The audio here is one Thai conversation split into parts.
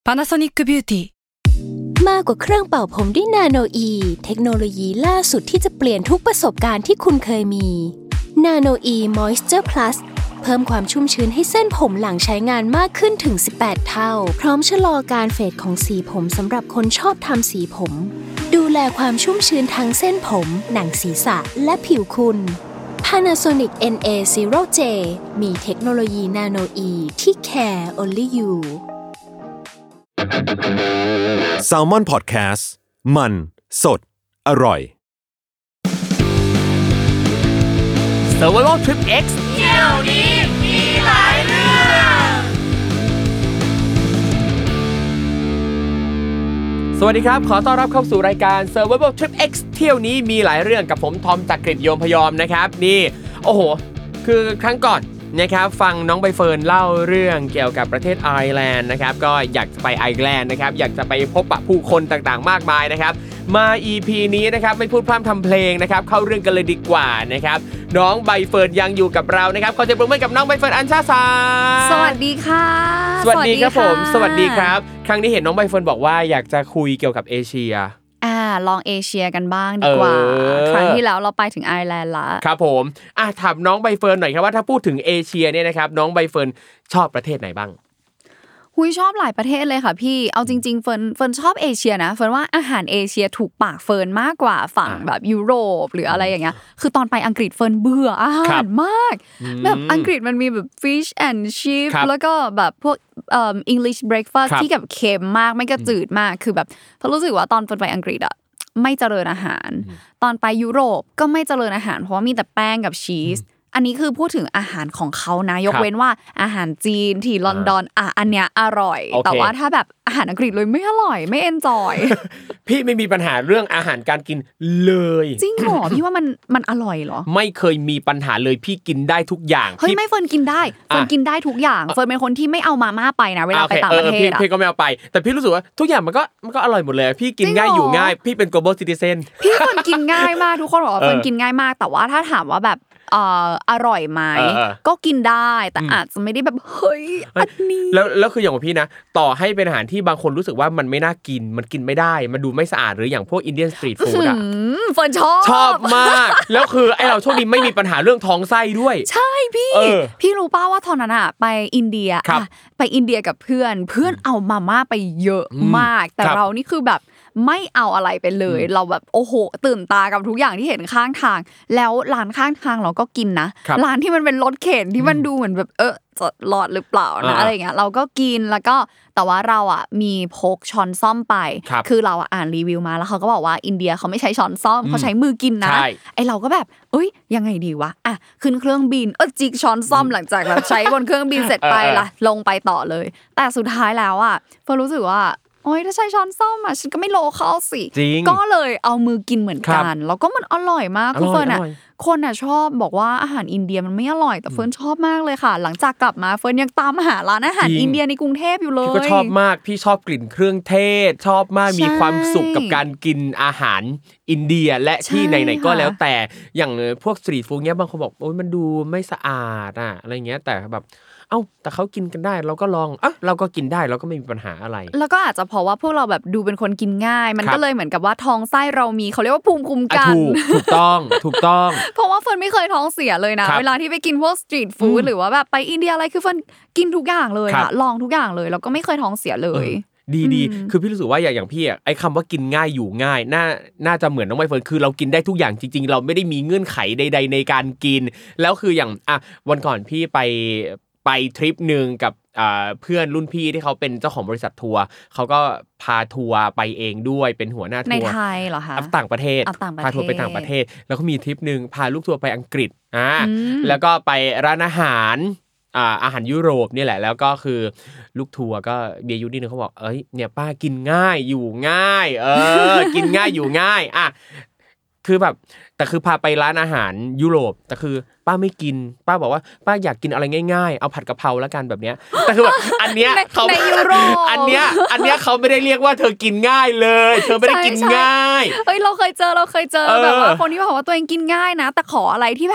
Panasonic Beauty มากกว่าเครื่องเป่าผมด้วยนาโนอีเทคโนโลยีล่าสุดที่จะเปลี่ยนทุกประสบการณ์ที่คุณเคยมีนาโนอีมอยส์เจอร์พลัสเพิ่มความชุ่มชื้นให้เส้นผมหลังใช้งานมากขึ้นถึง18เท่าพร้อมชะลอการเฟดของสีผมสำหรับคนชอบทำสีผมดูแลความชุ่มชื้นทั้งเส้นผมหนังศีรษะและผิวคุณ Panasonic NA0J มีเทคโนโลยีนาโนอีที่ care only you Salmon Podcast มันสดอร่อย Survival Trip X เที่ยวนี้มีหลายเรื่องสวัสดีครับขอต้อนรับเข้าสู่รายการ Survival Trip X เที่ยวนี้มีหลายเรื่องกับผมทอมจักริดโยมพยอมนะครับนี่โอ้โหคือครั้งก่อนนะครับฟังน้องใบเฟิร์นเล่าเรื่องเกี่ยวกับประเทศไอร์แลนด์นะครับก็อยากจะไปไอร์แลนด์นะครับอยากจะไปพบปะผู้คนต่างๆมากมายนะครับมา EP นี้นะครับไม่พูดพร่ำทำเพลงนะครับเข้าเรื่องกันเลยดีกว่านะครับน้องใบเฟิร์นยังอยู่กับเรานะครับขอเสียงปรบมือกับน้องใบเฟิร์นอัญชาสาสวัสดีค่ะสวัสดีครับผมสวัสดีครับครั้งนี้เห็นน้องใบเฟิร์นบอกว่าอยากจะคุยเกี่ยวกับเอเชียลองเอเชียกันบ้างดีกว่าครั้งที่แล้วเราไปถึงไอร์แลนด์ละครับผมถามน้องใบเฟิร์นหน่อยครับว่าถ้าพูดถึงเอเชียเนี่ยนะครับน้องใบเฟิร์นชอบประเทศไหนบ้างชอบหลายประเทศเลยค่ะพี่เอาจริงๆเฟิร์นชอบเอเชียนะเฟิร์นว่าอาหารเอเชียถูกปากเฟิร์นมากกว่าฝั่งแบบยุโรปหรืออะไรอย่างเงี้ยคือตอนไปอังกฤษเฟิร์นเบื่ออาหารมากแบบอังกฤษมันมีแบบ fish and chips แล้วก็แบบพวกEnglish breakfast ที่แบบเค็มมากไม่ก็จืดมากคือแบบเฟิร์นรู้สึกว่าตอนเฟิร์นไปอังกฤษอะไม่เจริญอาหารตอนไปยุโรปก็ไม่เจริญอาหารเพราะว่ามีแต่แป้งกับชีสอันนี้คือพูดถึงอาหารของเขานะยกเว้นว่าอาหารจีนที่ลอนดอนอันเนี้ยอร่อยแต่ว่าถ้าแบบอาหารอังกฤษเลยไม่อร่อยไม่เอนจอยพี่ไม่มีปัญหาเรื่องอาหารการกินเลยจริงเหรอพี่ว่ามันอร่อยเหรอไม่เคยมีปัญหาเลยพี่กินได้ทุกอย่างเฮ้ยไม่เฟิร์นกินได้เฟิร์นกินได้ทุกอย่างเฟิร์นเป็นคนที่ไม่เอามาม่าไปนะเวลาไปต่างประเทศพี่ก็ไม่เอาไปแต่พี่รู้สึกว่าทุกอย่างมันก็อร่อยหมดเลยพี่กินง่ายอยู่ง่ายพี่เป็น global citizen พี่เฟิร์นกินง่ายมากทุกคนบอกว่าเฟิร์นกินง่ายมากแต่ว่าถ้าถามว่าแบบอร่อยไหมก็กินได้แต่อาจจะไม่ได้แบบเฮ้ยอันนี้แล้วคืออย่างของพี่นะต่อให้เป็นอาหารที่บางคนรู้สึกว่ามันไม่น่ากินมันกินไม่ได้มันดูไม่สะอาดหรืออย่างพวกอินเดียนสตรีทฟู้ดอ่ะเฟิร์นชอบมากแล้วคือไอเราโชคดีไม่มีปัญหาเรื่องท้องไส้ด้วยใช่พี่รู้ป่าวว่าตอนนั้นอ่ะไปอินเดียไปอินเดียกับเพื่อนเอามาม่าไปเยอะมากแต่เรานี่คือแบบไม่เอาอะไรไปเลยเราแบบโอ้โหตื่นตากับทุกอย่างที่เห็นข้างทางแล้วร้านข้างทางเราก็กินนะร้านที่มันเป็นรถเข็นที่มันดูเหมือนแบบจะรอดหรือเปล่านะอะไรอย่างเงี้ยเราก็กินแล้วก็แต่ว่าเราอ่ะมีพกช้อนซ่อมไปคือเราอ่านรีวิวมาแล้วเขาก็บอกว่าอินเดียเขาไม่ใช้ช้อนซ่อมเขาใช้มือกินนะไอเราก็แบบยังไงดีวะขึ้นเครื่องบินจิกช้อนซ่อมหลังจากแบบใช้บนเครื่องบินเสร็จไปละลงไปต่อเลยแต่สุดท้ายแล้วอ่ะเฟิร์นรู้สึกว่าถ้าใช้ช้อนส้อมอ่ะฉันก็ไม่โลคอลสิก็เลยเอามือกินเหมือนกันแล้วก็มันอร่อยมากคือเฟิร์นอ่ะคนอ่ะชอบบอกว่าอาหารอินเดียมันไม่อร่อยแต่เฟิร์นชอบมากเลยค่ะหลังจากกลับมาเฟิร์นยังตามหาร้านอาหารอินเดียในกรุงเทพอยู่เลยพี่ก็ชอบมากพี่ชอบกลิ่นเครื่องเทศชอบมากมีความสุขกับการกินอาหารอินเดียและที่ไหนๆก็แล้วแต่อย่างพวกสตรีทฟู้ดเงี้ยบางคนบอกมันดูไม่สะอาดอะไรเงี้ยแต่แบบแต่เขากินกันได้เราก็ลองเราก็กินได้เราก็ไม่มีปัญหาอะไรแล้วก็อาจจะเพราะว่าพวกเราแบบดูเป็นคนกินง่ายมันก็เลยเหมือนกับว่าท้องไส้เรามีเขาเรียกว่าภูมิคุ้มกันถูกต้องเพราะว่าเฟิร์นไม่เคยท้องเสียเลยนะเวลาที่ไปกินพวกสตรีทฟู้ดหรือว่าแบบไปอินเดียอะไรคือเฟิร์นกินทุกอย่างเลยลองทุกอย่างเลยแล้วก็ไม่เคยท้องเสียเลยดีคือพี่รู้สึกว่าอย่างพี่ไอ้คำว่ากินง่ายอยู่ง่ายน่าจะเหมือนน้องใบเฟิร์นคือเรากินได้ทุกอย่างจริงๆเราไม่ได้มีเงื่อนไขใดๆในการกินแล้วคืออย่างวันก่อนพี่ไปทริปนึงกับเพื่อนรุ่นพี่ที่เขาเป็นเจ้าของบริษัททัวร์เขาก็พาทัวร์ไปเองด้วยเป็นหัวหน้าทัวร์ในไทยเหรอคะต่างประเทศพาทัวร์ไปต่างประเทศแล้วก็มีทริปนึงพาลูกทัวร์ไปอังกฤษแล้วก็ไปร้านอาหารยุโรปนี่แหละแล้วก็คือลูกทัวร์ก็เบียร์ยูนี่นึงเขาบอกเนี่ยป้ากินง่ายอยู่ง่ายกินง่ายอยู่ง่ายคือแบบแต่คือพาไปร้านอาหารยุโรปแต่คือป้าไม่กินป้าบอกว่าป้าอยากกินอะไรง่ายๆเอาผัดกะเพราแล้วกันแบบเนี้ยแต่คือแบบอันเนี้ยเขาในยุโรปอันเนี้ยเขาไม่ได้เรียกว่าเธอกินง่ายเลยเธอไม่ได้กินง่ายเราเคยเจอแบบว่าคนที่บอกว่าตัวเองกินง่ายนะแต่ขออะไรที่แบบต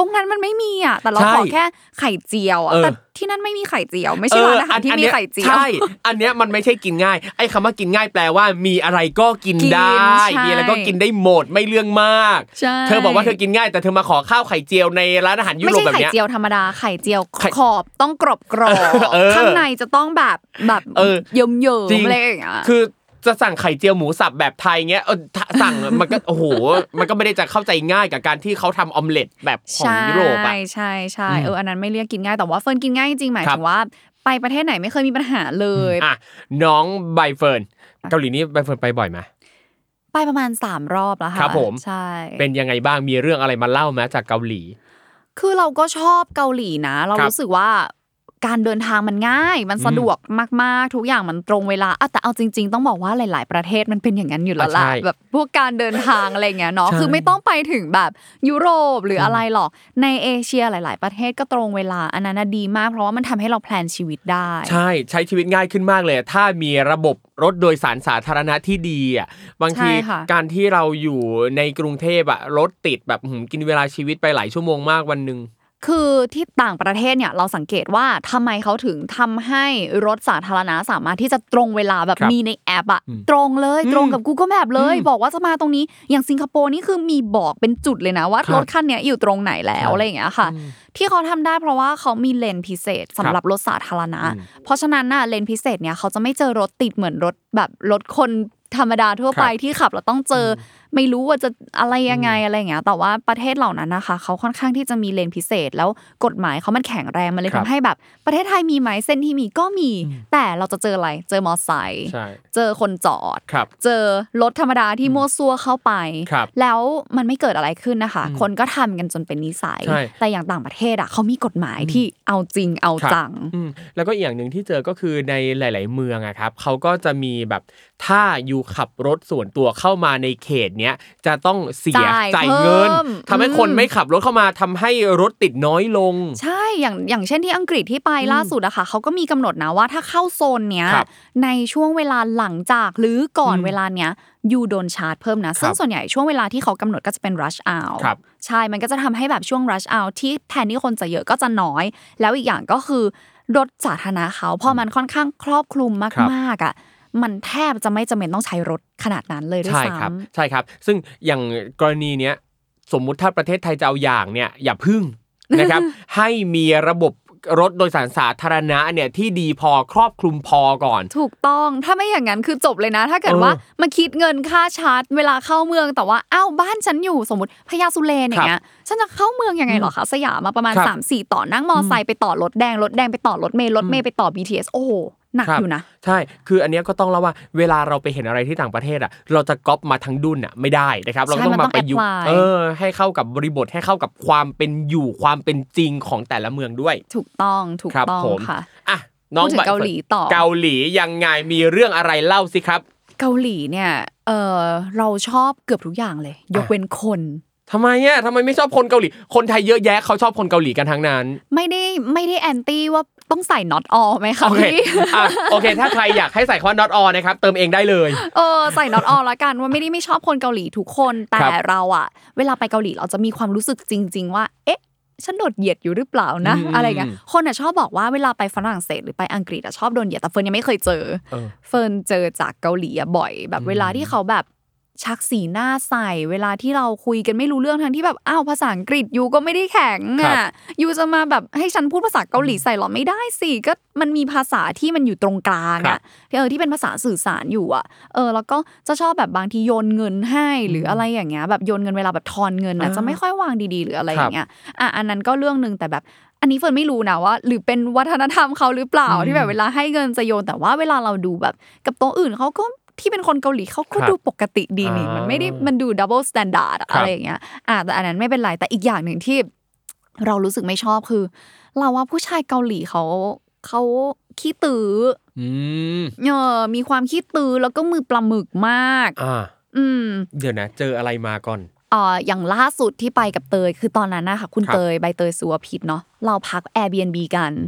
รงนั้นมันไม่มีอ่ะแต่เราขอแค่ไข่เจียวอ่ะแต่ที่นั่นไม่มีไข่เจียวไม่ใช่ร้านอาหารที่มีไข่เจียวใช่อันเนี้ยมันไม่ใช่กินง่ายไอ้คำว่ากินง่ายแปลว่ามีอะไรก็กินได้มีอะไรก็กินได้หมดไม่เรื่องมากเธอบอกว่าเธอกินง่ายแต่เธอมาขอข้าวไข่เจียวในร้านอาหารยุโรปแบบเนี้ยไม่ใช่ไข่เจียวธรรมดาไข่เจียวขอบต้องกรอบข้างในจะต้องแบบเยิ้มๆอะไรอย่างเงี้ยคือจะสั่งไข่เจียวหมูสับแบบไทยเงี้ยสั่งมันก็โอ้โหมันก็ไม่ได้จะเข้าใจง่ายกับการที่เขาทำออมเล็ตแบบของยุโรปอ่ะใช่อันนั้นไม่เรียกกินง่ายแต่ว่าเฟิร์นกินง่ายจริงๆหมายถึงว่าไปประเทศไหนไม่เคยมีปัญหาเลยอ่ะน้องใบเฟิร์นเกาหลีนี่ใบเฟิร์นไปบ่อยมั้ยไปประมาณ3รอบแล้วค่ะครับผมใช่เป็นยังไงบ้างมีเรื่องอะไรมาเล่ามั้ยจากเกาหลีคือเราก็ชอบเกาหลีนะเรารู้สึกว่าการเดินทางมันง่ายมันสะดวกมากๆทุกอย่างมันตรงเวลาแต่เอาจริงๆต้องบอกว่าหลายๆประเทศมันเป็นอย่างนั้นอยู่แล้วล่ะแบบพวกการเดินทางอะไรเงี้ยเนาะคือไม่ต้องไปถึงแบบยุโรปหรืออะไรหรอกในเอเชียหลายๆประเทศก็ตรงเวลาอันนั้นดีมากเพราะว่ามันทำให้เราแพลนชีวิตได้ใช้ชีวิตง่ายขึ้นมากเลยถ้ามีระบบรถโดยสารสาธารณะที่ดีอ่ะบางทีการที่เราอยู่ในกรุงเทพอ่ะรถติดแบบกินเวลาชีวิตไปหลายชั่วโมงมากวันนึงคือที่ต่างประเทศเนี่ยเราสังเกตว่าทำไมเขาถึงทำให้รถสาธารณะสามารถที่จะตรงเวลาแบบมีในแอปอะตรงเลยตรงกับ Google Map เลยบอกว่าจะมาตรงนี้อย่างสิงคโปร์นี่คือมีบอกเป็นจุดเลยนะว่ารถคันนี้อยู่ตรงไหนแล้วอะไรอย่างเงี้ยค่ะที่เขาทำได้เพราะว่าเขามีเลนพิเศษสำหรับรถสาธารณะเพราะฉะนั้นน่ะเลนพิเศษเนี่ยเขาจะไม่เจอรถติดเหมือนรถแบบรถคนธรรมดาทั่วไปที่ขับแล้วต้องเจอไม่รู้ว่าจะอะไรยังไงอะไรอย่างเงี้ยแต่ว่าประเทศเหล่านั้นนะคะเขาค่อนข้างที่จะมีเลนพิเศษแล้วกฎหมายเขามันแข็งแรงมันเลยทำให้แบบประเทศไทยมีไหมเส้นที่มีก็มีแต่เราจะเจออะไรเจอมอไซค์เจอคนจอดเจอรถธรรมดาที่มั่วซั่วเข้าไปแล้วมันไม่เกิดอะไรขึ้นนะคะคนก็ทำกันจนเป็นนิสัยแต่อย่างต่างประเทศอ่ะเขามีกฎหมายที่เอาจริงเอาจังแล้วก็อีกอย่างนึงที่เจอก็คือในหลายๆเมืองอะครับเขาก็จะมีแบบถ้าอยู่ขับรถส่วนตัวเข้ามาในเขตเนี้ยจะต้องเสียจ่ายเงินทำให้คนไม่ขับรถเข้ามาทำให้รถติดน้อยลงใช่อย่างเช่นที่อังกฤษที่ไปล่าสุดอะค่ะเขาก็มีกำหนดนะว่าถ้าเข้าโซนเนี้ยในช่วงเวลาหลังจากหรือก่อนเวลาเนี้ยยูโดนชาร์จเพิ่มนะซึ่งส่วนใหญ่ช่วงเวลาที่เขากำหนดก็จะเป็น rush hour ใช่มันก็จะทำให้แบบช่วง rush hour ที่แทนที่คนจะเยอะก็จะน้อยแล้วอีกอย่างก็คือรถสาธารณะเขาพอมันค่อนข้างครอบคลุมมากๆอะมันแทบจะไม่จำเป็นต้องใช้รถขนาดนั้นเลยด้วยซ้ำใช่ครับซึ่งอย่างกรณีเนี้ยสมมุติถ้าประเทศไทยจะเอาอย่างเนี่ยอย่าพึ่งนะครับ ให้มีระบบรถโดยสารสาธารณะเนี่ยที่ดีพอครอบคลุมพอก่อนถูกต้องถ้าไม่อย่างนั้นคือจบเลยนะถ้าเกิดว่ามาคิดเงินค่าชาร์จเวลาเข้าเมืองแต่ว่าอ้าวบ้านฉันอยู่สมมุติพญาสุเรนอย่างเงี้ยฉันจะเข้าเมืองยังไงหรอคะสยามมาประมาณ 3-4 ต่อนั่งมอไซค์ไปต่อรถแดงไปต่อรถเมล์ไปต่อ BTS โอ้โหหนักอยู่นะใช่คืออันนี้ก็ต้องเล่าว่าเวลาเราไปเห็นอะไรที่ต่างประเทศอ่ะเราจะก๊อปมาทั้งดุนอ่ะไม่ได้นะครับเราต้องมาประยุกต์ให้เข้ากับบริบทให้เข้ากับความเป็นอยู่ความเป็นจริงของแต่ละเมืองด้วยถูกต้องค่ะอ่ะน้องเกาหลีต่อเกาหลียังไงมีเรื่องอะไรเล่าสิครับเกาหลีเนี่ยเราชอบเกือบทุกอย่างเลยยกเว้นคนทำไมไม่ชอบคนเกาหลีคนไทยเยอะแยะเขาชอบคนเกาหลีกันทั้งนั้นไม่ได้แอนตี้ว่าต้องใส่ not all มั้ยคะพี่โอเคถ้าใครอยากให้ใส่คำว่า not all นะครับเติมเองได้เลยใส่ not all ละกันว่าไม่ชอบคนเกาหลีทุกคนแต่เราอ่ะเวลาไปเกาหลีเราจะมีความรู้สึกจริงๆว่าเอ๊ะฉันโดนเหยียดอยู่หรือเปล่านะอะไรเงี้ยคนน่ะชอบบอกว่าเวลาไปฝรั่งเศสหรือไปอังกฤษอ่ะชอบโดนเหยียดแต่เฟิร์นยังไม่เคยเจอเฟิร์นเจอจากเกาหลีอ่ะบ่อยแบบเวลาที่เขาแบบชักสีหน้าใส่เวลาที่เราคุยกันไม่รู้เรื่องทั้งที่แบบอ้าวภาษาอังกฤษยูก็ไม่ได้แข็งอ่ะยูจะมาแบบให้ฉันพูดภาษาเกาหลีใส่หรอไม่ได้สิก็มันมีภาษาที่มันอยู่ตรงกลางอ่ะที่เป็นภาษาสื่อสารอยู่อ่ะแล้วก็จะชอบแบบบางทีโยนเงินให้หรืออะไรอย่างเงี้ยแบบโยนเงินเวลาแบบทอนเงินอ่ะจะไม่ค่อยวางดีๆหรืออะไรอย่างเงี้ยอันนั้นก็เรื่องนึงแต่แบบอันนี้เฟิร์นไม่รู้นะว่าหรือเป็นวัฒนธรรมเขาหรือเปล่าที่แบบเวลาให้เงินจะโยนแต่ว่าเวลาเราดูแบบกับโต๊ะอื่นเขาก็ที่เป็นคนเกาหลีเขาก็ดูปกติดีนี่มันไม่ได้มันดู double standard อะไรอย่างเงี้ยแต่อันนั้นไม่เป็นไรแต่อีกอย่างหนึ่งที่เรารู้สึกไม่ชอบคือเราว่าผู้ชายเกาหลีเขาขี้ตื้อมีความขี้ตื้อแล้วก็มือปลาหมึกมากเดี๋ยวนะเจออะไรมาก่อนอย่างล่าสุดที่ไปกับเตยคือตอนนั้นนะคะคุณเตยใบเตยสุวพิษเนาะเราพัก Airbnb กัน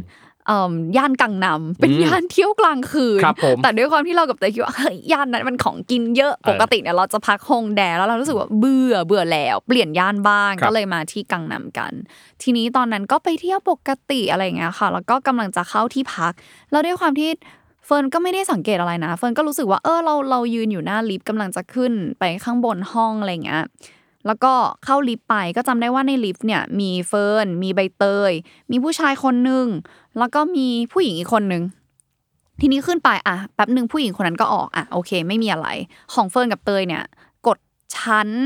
ย่านกังนำเป็นย่านเที่ยวกลางคืนแต่ด้วยความที่เรากับเตยคิดว่าเฮ้ยย่านนั้นมันของกินเยอะปกติเนี่ยเราจะพักฮงแดแล้วเรารู้สึกว่าเบื่อแล้วเปลี่ยนย่านบ้างก็เลยมาที่กังนำกันทีนี้ตอนนั้นก็ไปเที่ยวปกติอะไรอย่างเงี้ยค่ะแล้วก็กำลังจะเข้าที่พักแล้วด้วยความที่เฟิร์นก็ไม่ได้สังเกตอะไรนะเฟิร์นก็รู้สึกว่าเรายืนอยู่หน้าลิฟต์กำลังจะขึ้นไปข้างบนห้องอะไรเงี้ยแล้วก็เข้าลิฟต์ไปก็จำได้ว่าในลิฟต์เนี่ยมีเฟิร์นมีใบเตยมีผู้ชายคนนึงแล้วก็มีผู้หญิงอีกคนนึงทีนี้ขึ้นไปแป๊บนึงผู้หญิงคนนั้นก็ออกโอเคไม่มีอะไรของเฟิร์นกับเตยเนี่ยกดชั้น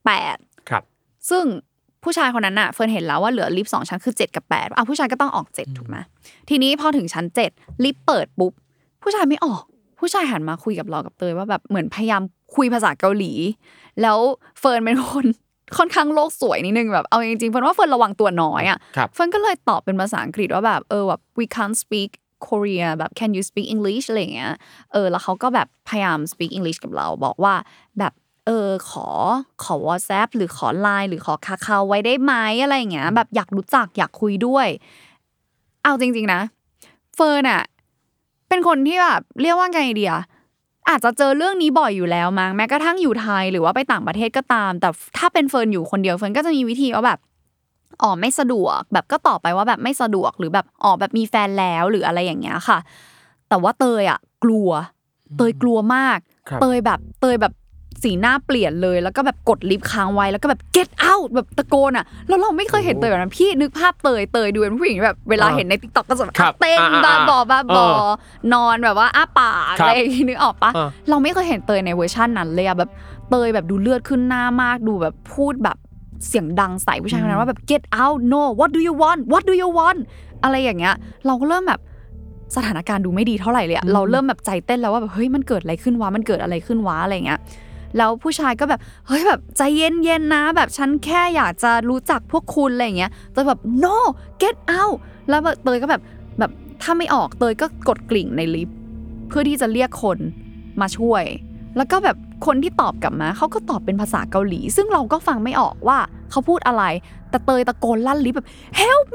8ครับซึ่งผู้ชายคนนั้นน่ะเฟิร์นเห็นแล้วว่าเหลือลิฟต์2ชั้นคือ7กับ8ผู้ชายก็ต้องออก7ถูกมั้ยทีนี้พอถึงชั้น7ลิฟต์เปิดปุ๊บผู้ชายไม่ออกผู้ชายหันมาคุยกับเรากับเตยว่าแบบเหมือนพยายามคุยภาษาเกาหลีแล้วเฟิร์นเป็นคนค่อนข้างโลกสวยนิดนึงแบบเอาจริงๆเฟิร์นว่าเฟิร์นระวังตัวน้อยเฟิร์นก็เลยตอบเป็นภาษาอังกฤษว่าแบบแบบ we can't speak Korea แบบ can you speak English อะไรอย่างเงี้ยแล้วเขาก็แบบพยายาม speak English กับเราบอกว่าแบบขอ WhatsApp หรือขอ LINE หรือขอKakaoไว้ได้ไหมอะไรอย่างเงี้ยแบบอยากรู้จักอยากคุยด้วยเอาจริงๆนะเฟิร์นเป็นคนที่แบบเรียกว่าไงดีอาจจะเจอเรื่องนี้บ่อยอยู่แล้วมั้งแม้กระทั่งอยู่ไทยหรือว่าไปต่างประเทศก็ตามแต่ถ้าเป็นเฟิร์นอยู่คนเดียวเฟิร์นก็จะมีวิธีว่าแบบไม่สะดวกแบบก็ตอบไปว่าแบบไม่สะดวกหรือแบบแบบมีแฟนแล้วหรืออะไรอย่างเงี้ยค่ะแต่ว่าเตยกลัวมากเตยแบบสีหน้าเปลี่ยนเลยแล้วก็แบบกดลิฟต์ค้างไว้แล้วก็แบบ get out แบบตะโกนแล้วเราไม่เคยเห็นเตยแบบนั้นพี่นึกภาพเตยดูเป็นผู้หญิงแบบเวลาเห็นใน TikTok ก็จะแบบเต้นบ้าบอนอนแบบว่าอ้าปากอะไรนึกออกปะเราไม่เคยเห็นเตยในเวอร์ชันนั้นเลยแบบเตยแบบดูเลือดขึ้นหน้ามากดูแบบพูดแบบเสียงดังใส่ผู้ชายคนนั้นว่าแบบ get out no what do you want อะไรอย่างเงี้ยเราก็เริ่มแบบสถานการณ์ดูไม่ดีเท่าไหร่เลยเราเริ่มแบบใจเต้นแล้วว่าแบบเฮ้ยมันเกิดอะไรขึ้นวะอะไรเงี้ยแล้วผู้ชายก็แบบเฮ้ยแบบใจเย็นๆนะแบบฉันแค่อยากจะรู้จักพวกคุณอะไรอย่างเงี้ยเตยแบบ no get out แล้วเตยก็แบบถ้าไม่ออกเตยก็กดกริ่งในลิฟต์เพื่อที่จะเรียกคนมาช่วยแล้วก็แบบคนที่ตอบกลับมาเขาก็ตอบเป็นภาษาเกาหลีซึ่งเราก็ฟังไม่ออกว่าเขาพูดอะไรแต่เตยตะโกนลั่นลิฟต์แบบ help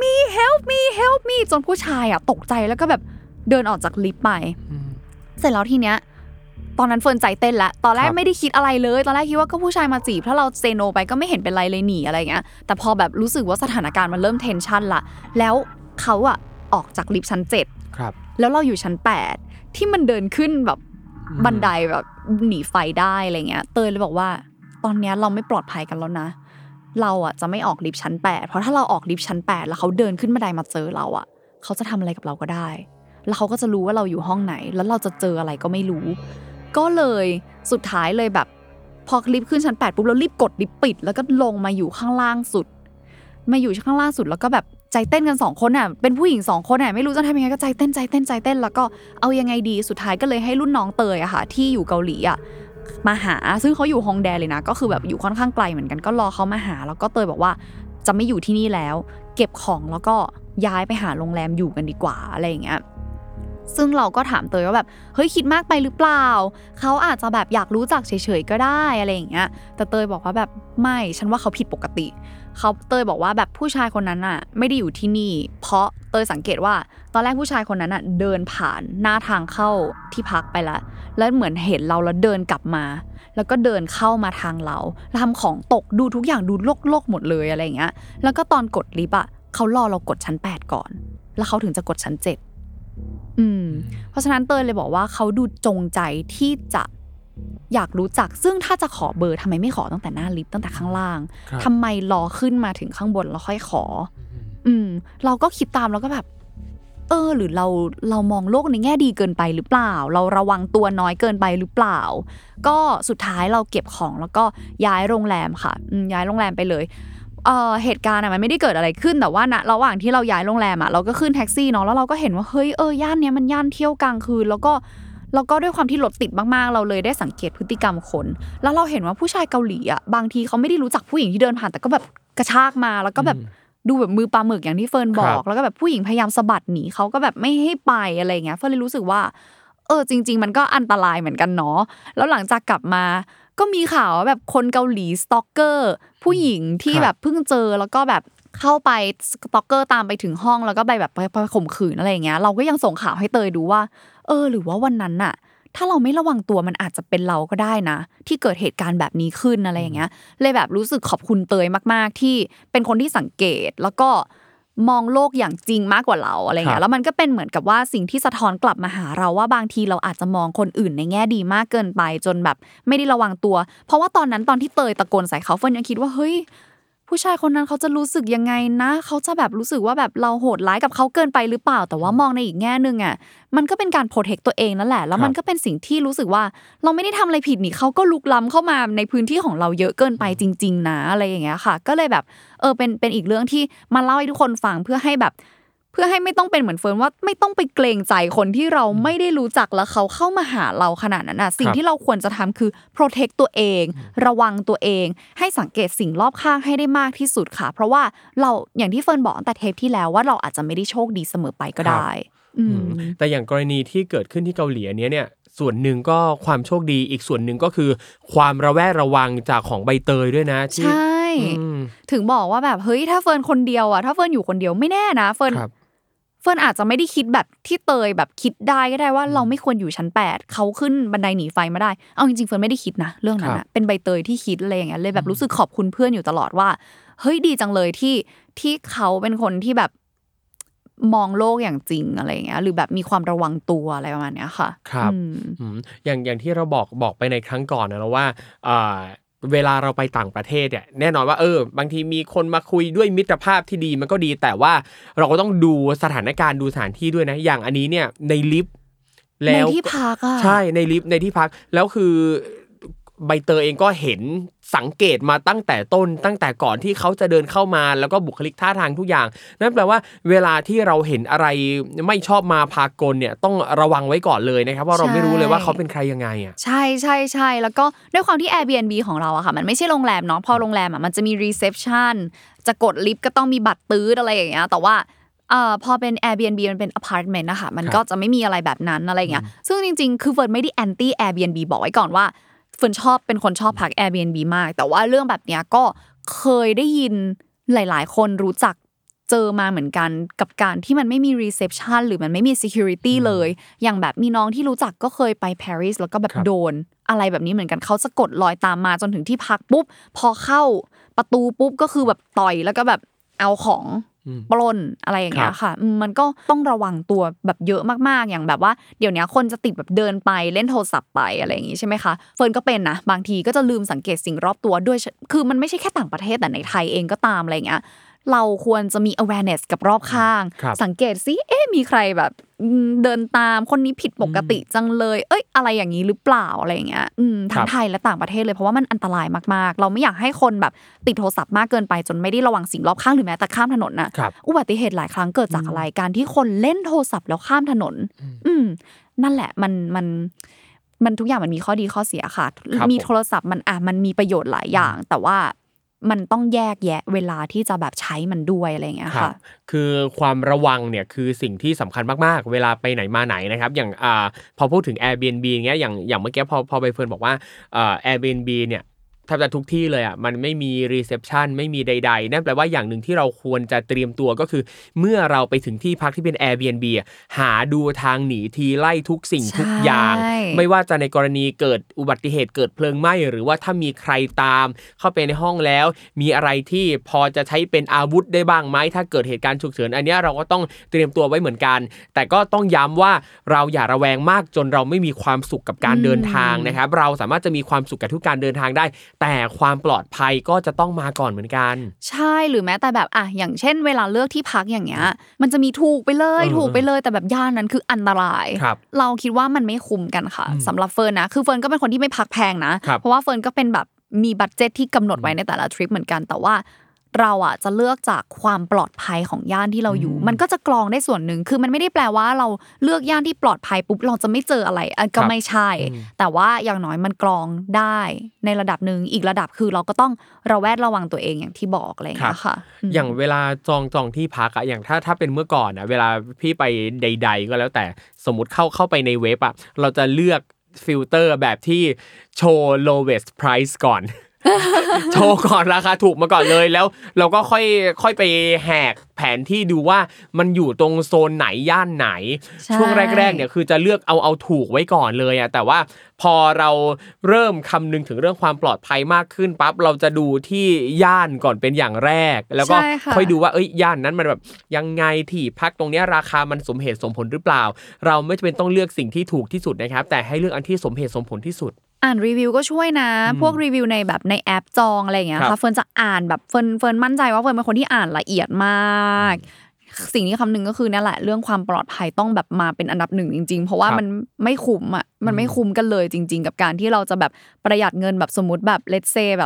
me จนผู้ชายตกใจแล้วก็แบบเดินออกจากลิฟต์ไปเสร็จแล้วทีเนี้ยตอนนั้นเฟิร์นใจเต้นแล้วตอนแรกไม่ได้คิดอะไรเลยตอนแรกคิดว่าก็ผู้ชายมาจีบถ้าเราเซโนไปก็ไม่เห็นเป็นไรเลยหนีอะไรเงี้ยแต่พอแบบรู้สึกว่าสถานการณ์มันเริ่มเทนชั่นละแล้วเขาออกจากลิฟต์ชั้น7ครับแล้วเราอยู่ชั้น8ที่มันเดินขึ้นแบบบันไดแบบหนีไฟได้อะไรเงี้ยเตยเลยบอกว่าตอนนี้เราไม่ปลอดภัยกันแล้วนะเราจะไม่ออกลิฟต์ชั้น8เพราะถ้าเราออกลิฟต์ชั้น8แล้วเขาเดินขึ้นบันไดมาเจอเราเขาจะทำอะไรกับเราก็ได้แล้วเขาก็จะรู้ว่าเราอยู่ห้องไหนแล้วเราจะเจออะไรก็ไม่รู้ก็เลยสุดท้ายเลยแบบพอลิฟต์ขึ้นชั้น8ปุ๊บเรารีบกดลิฟต์ปิดแล้วก็ลงมาอยู่ข้างล่างสุดแล้วก็แบบใจเต้นกัน2คนเป็นผู้หญิง2คนไม่รู้จะทำยังไงก็ใจเต้นแล้วก็เอายังไงดีสุดท้ายก็เลยให้รุ่นน้องเตยค่ะที่อยู่เกาหลีมาหาซึ่งเขาอยู่ฮงแดเลยนะก็คือแบบอยู่ค่อนข้างไกลเหมือนกันก็รอเขามาหาแล้วก็เตยบอกว่าจะไม่อยู่ที่นี่แล้วเก็บของแล้วก็ย้ายไปหาโรงแรมอยู่กันดีกว่าอะไรอย่างเงี้ยซึ่งเราก็ถามเตยว่าแบบเฮ้ยคิดมากไปหรือเปล่าเขาอาจจะแบบอยากรู้จักเฉยๆก็ได้อะไรอย่างเงี้ยแต่เตยบอกว่าแบบไม่ฉันว่าเขาผิดปกติเตยบอกว่าแบบผู้ชายคนนั้นไม่ได้อยู่ที่นี่เพราะเตยสังเกตว่าตอนแรกผู้ชายคนนั้นเดินผ่านหน้าทางเข้าที่พักไปแล้วเหมือนเห็นเราแล้วเดินกลับมาแล้วก็เดินเข้ามาทางเราทำของตกดูทุกอย่างดูโลกหมดเลยอะไรอย่างเงี้ยแล้วก็ตอนกดลิฟต์เขารอเรากดชั้น8ก่อนแล้วเขาถึงจะกดชั้น7เพราะฉะนั้นเตยเลยบอกว่าเขาดูจงใจที่จะอยากรู้จักซึ่งถ้าจะขอเบอร์ทำไมไม่ขอตั้งแต่หน้าลิฟต์ตั้งแต่ข้างล่างทำไมรอขึ้นมาถึงข้างบนแล้วค่อยขอเราก็คิดตามแล้วก็แบบหรือเรามองโลกในแง่ดีเกินไปหรือเปล่าเราระวังตัวน้อยเกินไปหรือเปล่าก็สุดท้ายเราเก็บของแล้วก็ย้ายโรงแรมค่ะย้ายโรงแรมไปเลยเหตุการณ์มันไม่ได้เกิดอะไรขึ้นแต่ว่าระหว่างที่เราย้ายโรงแรมเราก็ขึ้นแท็กซี่เนาะแล้วเราก็เห็นว่าเฮ้ยย่านเนี้ยมันย่านเที่ยวกลางคืนแล้วก็ด้วยความที่รถติดมากๆเราเลยได้สังเกตพฤติกรรมคนแล้วเราเห็นว่าผู้ชายเกาหลีบางทีเขาไม่ได้รู้จักผู้หญิงที่เดินผ่านแต่ก็แบบกระชากมาแล้วก็แบบดูแบบมือปลาหมึกอย่างที่เฟิร์นบอกแล้วก็แบบผู้หญิงพยายามสะบัดหนีเขาก็แบบไม่ให้ไปอะไรเงี้ยเฟิร์นเลยรู้สึกว่าจริงๆมันก็อันตรายเหมือนกันเนาะแล้วหลังจากกลับมาก็มีข่าวว่าแบบคนเกาหลีสตอกเกอร์ผู้หญิงที่แบบเพิ่งเจอแล้วก็แบบเข้าไปสตอกเกอร์ตามไปถึงห้องแล้วก็ไปแบบไปข่มขืนอะไรอย่างเงี้ยเราก็ยังส่งข่าวให้เตยดูว่าหรือว่าวันนั้นน่ะถ้าเราไม่ระวังตัวมันอาจจะเป็นเราก็ได้นะที่เกิดเหตุการณ์แบบนี้ขึ้นอะไรอย่างเงี้ยเลยแบบรู้สึกขอบคุณเตยมากๆที่เป็นคนที่สังเกตแล้วก็มองโลกอย่างจริงมากกว่าเราอะไรเงี้ยแล้วมันก็เป็นเหมือนกับว่าสิ่งที่สะท้อนกลับมาหาเราว่าบางทีเราอาจจะมองคนอื่นในแง่ดีมากเกินไปจนแบบไม่ได้ระวังตัวเพราะว่าตอนที่เตยตะโกนใส่เขาเฟิร์นยังคิดว่าเฮ้ยผู้ชายคนนั้นเขาจะรู้สึกยังไงนะเขาจะแบบรู้สึกว่าแบบเราโหดร้ายกับเขาเกินไปหรือเปล่าแต่ว่ามองในอีกแง่นึงอ่ะมันก็เป็นการโปรเทคตัวเองนั่นแหละแล้วมันก็เป็นสิ่งที่รู้สึกว่าเราไม่ได้ทำอะไรผิดนี่เขาก็ลุกล้ำเข้ามาในพื้นที่ของเราเยอะเกินไปจริงๆนะอะไรอย่างเงี้ยค่ะก็เลยแบบเป็นอีกเรื่องที่มาเล่าให้ทุกคนฟังเพื่อให้ไม่ต้องเป็นเหมือนเฟิร์นว่าไม่ต้องไปเกรงใจคนที่เราไม่ได้รู้จักแล้วเขาเข้ามาหาเราขนาดนั้นน่ะสิ่งที่เราควรจะทำคือ protect ตัวเองระวังตัวเองให้สังเกตสิ่งรอบข้างให้ได้มากที่สุดค่ะเพราะว่าเราอย่างที่เฟิร์นบอกตั้งแต่เทปที่แล้วว่าเราอาจจะไม่ได้โชคดีเสมอไปก็ได้แต่อย่างกรณีที่เกิดขึ้นที่เกาหลีอันนี้เนี่ยส่วนหนึ่งก็ความโชคดีอีกส่วนหนึ่งก็คือความระแวดระวังจากของใบเตยด้วยนะใช่ถึงบอกว่าแบบเฮ้ยถ้าเฟิร์นคนเดียวอ่ะถ้าเฟิร์นอยู่คนเดียวไม่แน่นะเฟิร์นอาจจะไม่ได้คิดแบบที่เตยแบบคิดได้ก็ได้ว่าเราไม่ควรอยู่ชั้น8เขาขึ้นบันไดหนีไฟมาได้เอาจริงๆเฟิร์นไม่ได้คิดนะเรื่องนั้นน่ะเป็นใบเตยที่คิดอะไรอย่างเงี้ยเลยแบบรู้สึกขอบคุณเพื่อนอยู่ตลอดว่าเฮ้ยดีจังเลยที่เขาเป็นคนที่แบบมองโลกอย่างจริงอะไรอย่างเงี้ยหรือแบบมีความระวังตัวอะไรประมาณเนี้ยค่ะครับอย่างที่เราบอกไปในครั้งก่อนนะเราว่าเวลาเราไปต่างประเทศเนี่ยแน่นอนว่าบางทีมีคนมาคุยด้วยมิตรภาพที่ดีมันก็ดีแต่ว่าเราก็ต้องดูสถานการณ์ดูสถานที่ด้วยนะอย่างอันนี้เนี่ยในลิฟต์แล้วในที่พักอ่ะใช่ในลิฟต์ในที่พักแล้วคือใบเตยเองก็เห็นสังเกตมาตั้งแต่ต้นตั้งแต่ก่อนที่เขาจะเดินเข้ามาแล้วก็บุคลิกท่าทางทุกอย่างนั่นแปลว่าเวลาที่เราเห็นอะไรไม่ชอบมาพากลเนี่ยต้องระวังไว้ก่อนเลยนะครับเพราะเราไม่รู้เลยว่าเขาเป็นใครยังไงอ่ะใช่ๆๆแล้วก็ด้วยความที่ Airbnb ของเราอะค่ะมันไม่ใช่โรงแรมเนาะพอโรงแรมอะมันจะมี reception จะกดลิฟต์ก็ต้องมีบัตรตื้ออะไรอย่างเงี้ยแต่ว่าพอเป็น Airbnb มันเป็น apartment นะคะมันก็จะไม่มีอะไรแบบนั้นอะไรอย่างเงี้ยซึ่งจริงๆคือเฟิร์นไม่ได้ anti Airbnb บอกไว้ก่อนว่าเฟิร์นเป็นคนชอบพัก Airbnb มากแต่ว่าเรื่องแบบเนี้ยก็เคยได้ยินหลายๆคนรู้จักเจอมาเหมือนกันกับการที่มันไม่มี reception หรือมันไม่มี security เลยอย่างแบบมีน้องที่รู้จักก็เคยไป Paris แล้วก็แบบโดนอะไรแบบนี้เหมือนกันเขาจะกดรอยตามมาจนถึงที่พักปุ๊บพอเข้าประตูปุ๊บก็คือแบบต่อยแล้วก็แบบเอาของปล้นอะไรอย่างเงี้ยค่ะมันก็ต้องระวังตัวแบบเยอะมากๆอย่างแบบว่าเดี๋ยวนี้คนจะติดแบบเดินไปเล่นโทรศัพท์ไปอะไรอย่างงี้ใช่ไหมคะเฟิร์นก็เป็นนะบางทีก็จะลืมสังเกตสิ่งรอบตัวด้วยคือมันไม่ใช่แค่ต่างประเทศแต่ในไทยเองก็ตามอะไรอย่างเงี้ยเราควรจะมี awareness กับรอบข้างสังเกตซิมีใครแบบเดินตามคนนี้ผิดปกติจังเลยอะไรอย่างนี้หรือเปล่าอะไรอย่างเงี้ยทั้งไทยและต่างประเทศเลยเพราะว่ามันอันตรายมากๆเราไม่อยากให้คนแบบติดโทรศัพท์มากเกินไปจนไม่ได้ระวังสิ่งรอบข้างหรือแม้แต่ข้ามถนนน่ะอุบัติเหตุหลายครั้งเกิดจากอะไรการที่คนเล่นโทรศัพท์แล้วข้ามถนนนั่นแหละมันทุกอย่างมันมีข้อดีข้อเสียค่ะมีโทรศัพท์มันมีประโยชน์หลายอย่างแต่ว่ามันต้องแยกแยะเวลาที่จะแบบใช้มันด้วยอะไรอย่างเงี้ยค่ะคือความระวังเนี่ยคือสิ่งที่สำคัญมากๆเวลาไปไหนมาไหนนะครับอย่างพอพูดถึง Airbnb เงี้ยอย่างเมื่อกี้พอใบเฟิร์นบอกว่าAirbnb เนี่ยแทบจะทุกที่เลยอ่ะมันไม่มีรีเซพชันไม่มีใดๆนั่นแปลว่าอย่างนึงที่เราควรจะเตรียมตัวก็คือเมื่อเราไปถึงที่พักที่เป็น Airbnb หาดูทางหนีทีไล่ทุกสิ่งทุกอย่างไม่ว่าจะในกรณีเกิดอุบัติเหตุเกิดเพลิงไหม้หรือว่าถ้ามีใครตามเข้าไปในห้องแล้วมีอะไรที่พอจะใช้เป็นอาวุธได้บ้างไหมถ้าเกิดเหตุการณ์ฉุกเฉินอันนี้เราก็ต้องเตรียมตัวไว้เหมือนกันแต่ก็ต้องย้ำว่าเราอย่าระแวงมากจนเราไม่มีความสุขกับการเดินทางนะครับเราสามารถจะมีความสุขกับทุกการเดินทางได้แต่ความปลอดภัยก็จะต้องมาก่อนเหมือนกันใช่หรือแม้แต่แบบอย่างเช่นเวลาเลือกที่พักอย่างเงี้ยมันจะมีถูกไปเลยแต่แบบย่านนั้นคืออันตรายเราคิดว่ามันไม่คุ้มกันค่ะสำหรับเฟิร์นนะคือเฟิร์นก็เป็นคนที่ไม่พักแพงนะเพราะว่าเฟิร์นก็เป็นแบบมีบัดเจ็ตที่กำหนดไว้ในแต่ละทริปเหมือนกันแต่ว่าเราอ่ะจะเลือกจากความปลอดภัยของย่านที่เราอยู่มันก็จะกรองได้ส่วนหนึ่งคือมันไม่ได้แปลว่าเราเลือกย่านที่ปลอดภัยปุ๊บเราจะไม่เจออะไรก็ไม่ใช่แต่ว่าอย่างน้อยมันกรองได้ในระดับนึงอีกระดับคือเราก็ต้องระแวดระวังตัวเองอย่างที่บอกอะไรอย่างเงี้ยค่ะอย่างเวลาจองที่พักอะอย่างถ้าเป็นเมื่อก่อนอะเวลาพี่ไปใดๆก็แล้วแต่สมมุติเข้าไปในเว็บอะเราจะเลือกฟิลเตอร์แบบที่โชว์ lowest price ก่อนโชว์ก่อนราคาถูกมาก่อนเลยแล้วเราก็ค่อยไปแหกแผนที่ดูว่ามันอยู่ตรงโซนไหนย่านไหนช่วงแรกๆเนี่ยคือจะเลือกเอาถูกไว้ก่อนเลยอ่ะแต่ว่าพอเราเริ่มคำนึงถึงเรื่องความปลอดภัยมากขึ้นปั๊บเราจะดูที่ย่านก่อนเป็นอย่างแรกแล้วก็ค่อยดูว่าย่านนั้นมันแบบยังไงที่พักตรงนี้ราคามันสมเหตุสมผลหรือเปล่าเราไม่จำเป็นต้องเลือกสิ่งที่ถูกที่สุดนะครับแต่ให้เลือกอันที่สมเหตุสมผลที่สุดอ่านรีวิวก็ช่วยนะพวกรีวิวในแบบในแอปจองอะไรอย่างเงี้ยค่ะเฟิร์นจะอ่านแบบเฟิร์นมั่นใจว่าเฟิร์นเป็นคนที่อ่านละเอียดมากสิ่งที่คำนึงก็คือนั่นแหละเรื่องความปลอดภัยต้องแบบมาเป็นอันดับหนึ่งจริงๆเพราะว่ามันไม่คุ้มอ่ะมันไม่คุ้มกันเลยจริงๆกับการที่เราจะแบบประหยัดเงินแบบสมมุติแบบเลทเซแบบ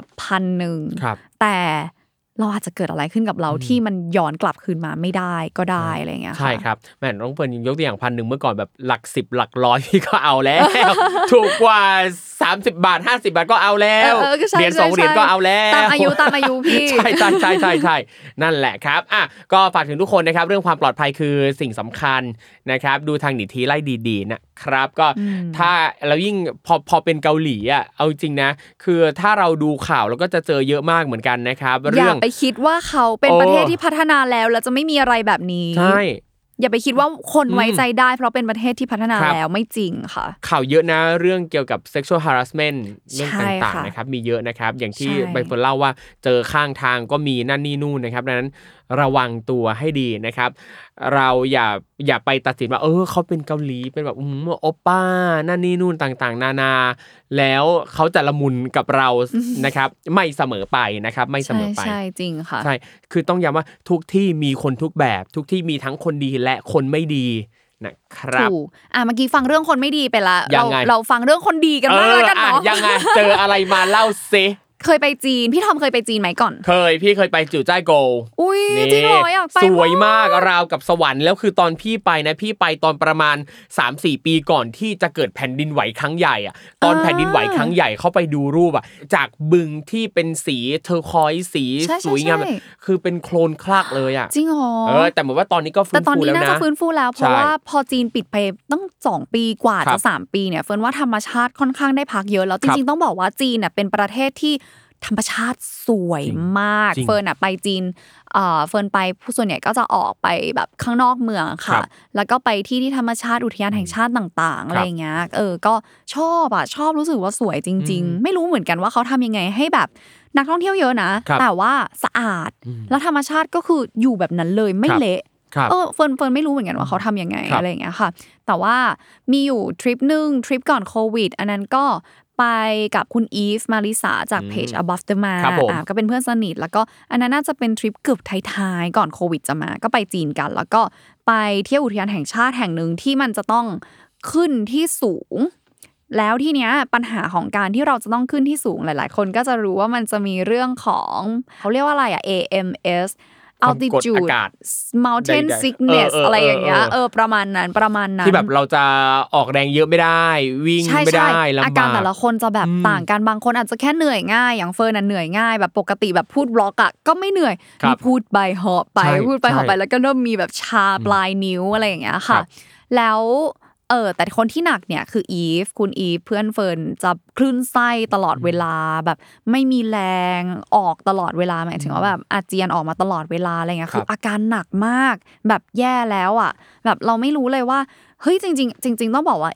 1,000 แต่เราอาจจะเกิดอะไรขึ้นกับเราที่มันย้อนกลับคืนมาไม่ได้ก็ได้อะไรอย่างเงี้ยค่ะใช่ครับแม่น้องเฟิร์นยกตัวอย่าง 1,000 เมื่อก่อนแบบหลัก10หลักร้อยพี่ก็เอาแล้วถูกกว่า30 บาท50 บาทก็เอาแล้วเหรียญ2เหรียญก็เอาแล้วตามอายุพี่ใช่นั่นแหละครับก็ฝากถึงทุกคนนะครับเรื่องความปลอดภัยคือสิ่งสำคัญนะครับดูทางหนีทีไล่ดีๆนะครับก็ถ้าเรายิ่งพอเป็นเกาหลีอ่ะเอาจริงนะคือถ้าเราดูข่าวเราก็จะเจอเยอะมากเหมือนกันนะครับเรื่องอย่าไปคิดว่าเขาเป็นประเทศที่พัฒนาแล้วจะไม่มีอะไรแบบนี้ใช่อย่าไปคิดว่าคนไว้ใจได้เพราะเป็นประเทศที่พัฒนาแล้วไม่จริงค่ะข่าวเยอะนะเรื่องเกี่ยวกับ sexual harassment เรื่องต่างๆนะครับมีเยอะนะครับอย่างที่ใบเฟิร์นเล่าว่าเจอข้างทางก็มีนั่นนี่นู่นนะครับดังนั้นระวังตัวให้ดีนะครับเราอย่าไปตัดสินว่าเขาเป็นเกาหลีเป็นแบบโอป้านั่นนี่นู่นต่างๆนานาแล้วเขาจะละมุนกับเรานะครับไม่เสมอไปนะครับไม่เสมอไปใช่จริงค่ะใช่คือต้องย้ำว่าทุกที่มีคนทุกแบบทุกที่มีทั้งคนดีและคนไม่ดีนะครับถูกเมื่อกี้ฟังเรื่องคนไม่ดีไปละเราฟังเรื่องคนดีกันบ้างแล้วกันเนาะยังไงเจออะไรมาเล่าซิเคยไปจีนพี่ทอมเคยไปจีนไหมก่อนพี่เคยไปจิ๋วจ้ายโกวอุ้ยจริงเหรออยากไปสวยมากราวกับสวรรค์แล้วคือตอนพี่ไปนะพี่ไปตอนประมาณ 3-4 ปีก่อนที่จะเกิดแผ่นดินไหวครั้งใหญ่อ่ะตอนแผ่นดินไหวครั้งใหญ่เข้าไปดูรูปอ่ะจากบึงที่เป็นสีเทอร์คอยส์สีสวยงามคือเป็นโคลนคลักเลยอ่ะจริงเหรอแต่เหมือนว่าตอนนี้ก็ฟื้นฟูแล้วนะแต่ตอนนี้น่าจะฟื้นฟูแล้วเพราะว่าพอจีนปิดไปตั้ง2ปีกว่าจะ3ปีเนี่ยเฟิร์นว่าธรรมชาติค่อนข้างได้พักเยอะแล้วจริงๆต้องบอกว่าจีนน่ะเป็นประเทศที่ธรรมชาติสวยมากเฟิร์นไปจีนเฟิร์นไปผู้ส่วนใหญ่ก็จะออกไปแบบข้างนอกเมืองค่ะแล้วก็ไปที่ธรรมชาติอุทยานแห่งชาติต่างๆอะไรอย่างเงี้ยก็ชอบรู้สึกว่าสวยจริงๆไม่รู้เหมือนกันว่าเขาทำยังไงให้แบบนักท่องเที่ยวเยอะนะแต่ว่าสะอาดแล้วธรรมชาติก็คืออยู่แบบนั้นเลยไม่เละเฟิร์นไม่รู้เหมือนกันว่าเขาทำยังไงอะไรอย่างเงี้ยค่ะแต่ว่ามีอยู่ทริปก่อนโควิดอันนั้นก็ไปกับคุณอีฟมาริสาจากเพจ Above the Man ก็เป็นเพื่อนสนิทแล้วก็อันนั้นน่าจะเป็นทริปเกือบท้ายๆก่อนโควิดจะมาก็ไปจีนกันแล้วก็ไปเที่ยวอุทยานแห่งชาติแห่งนึงที่มันจะต้องขึ้นที่สูงแล้วทีเนี้ยปัญหาของการที่เราจะต้องขึ้นที่สูงหลายๆคนก็จะรู้ว่ามันจะมีเรื่องของเขาเรียกว่าอะไรAMS altitude mountain sickness อะไรอย่างเงี้ยประมาณนั้นที่แบบเราจะออกแรงเยอะไม่ได้วิ่งไม่ได้ลำบากอาการแต่ละคนจะแบบต่างกันบางคนอาจจะแค่เหนื่อยง่ายอย่างเฟิร์นเหนื่อยง่ายแบบปกติแบบพูดบล็อกก็ไม่เหนื่อยมีพูดไปหอบไปแล้วก็เริ่มมีแบบชาปลายนิ้วอะไรอย่างเงี้ยค่ะแล้วแต่คนที่หนักเนี่ยคือคุณอีฟเพื่อนเฟิร์นจะคลื่นไส้ตลอดเวลาแบบไม่มีแรงออกตลอดเวลาหมายถึงว่าแบบอาเจียนออกมาตลอดเวลาอะไรเงี้ยคืออาการหนักมากแบบแย่แล้วอ่ะแบบเราไม่รู้เลยว่าเฮ้ยจริงต้องบอกว่า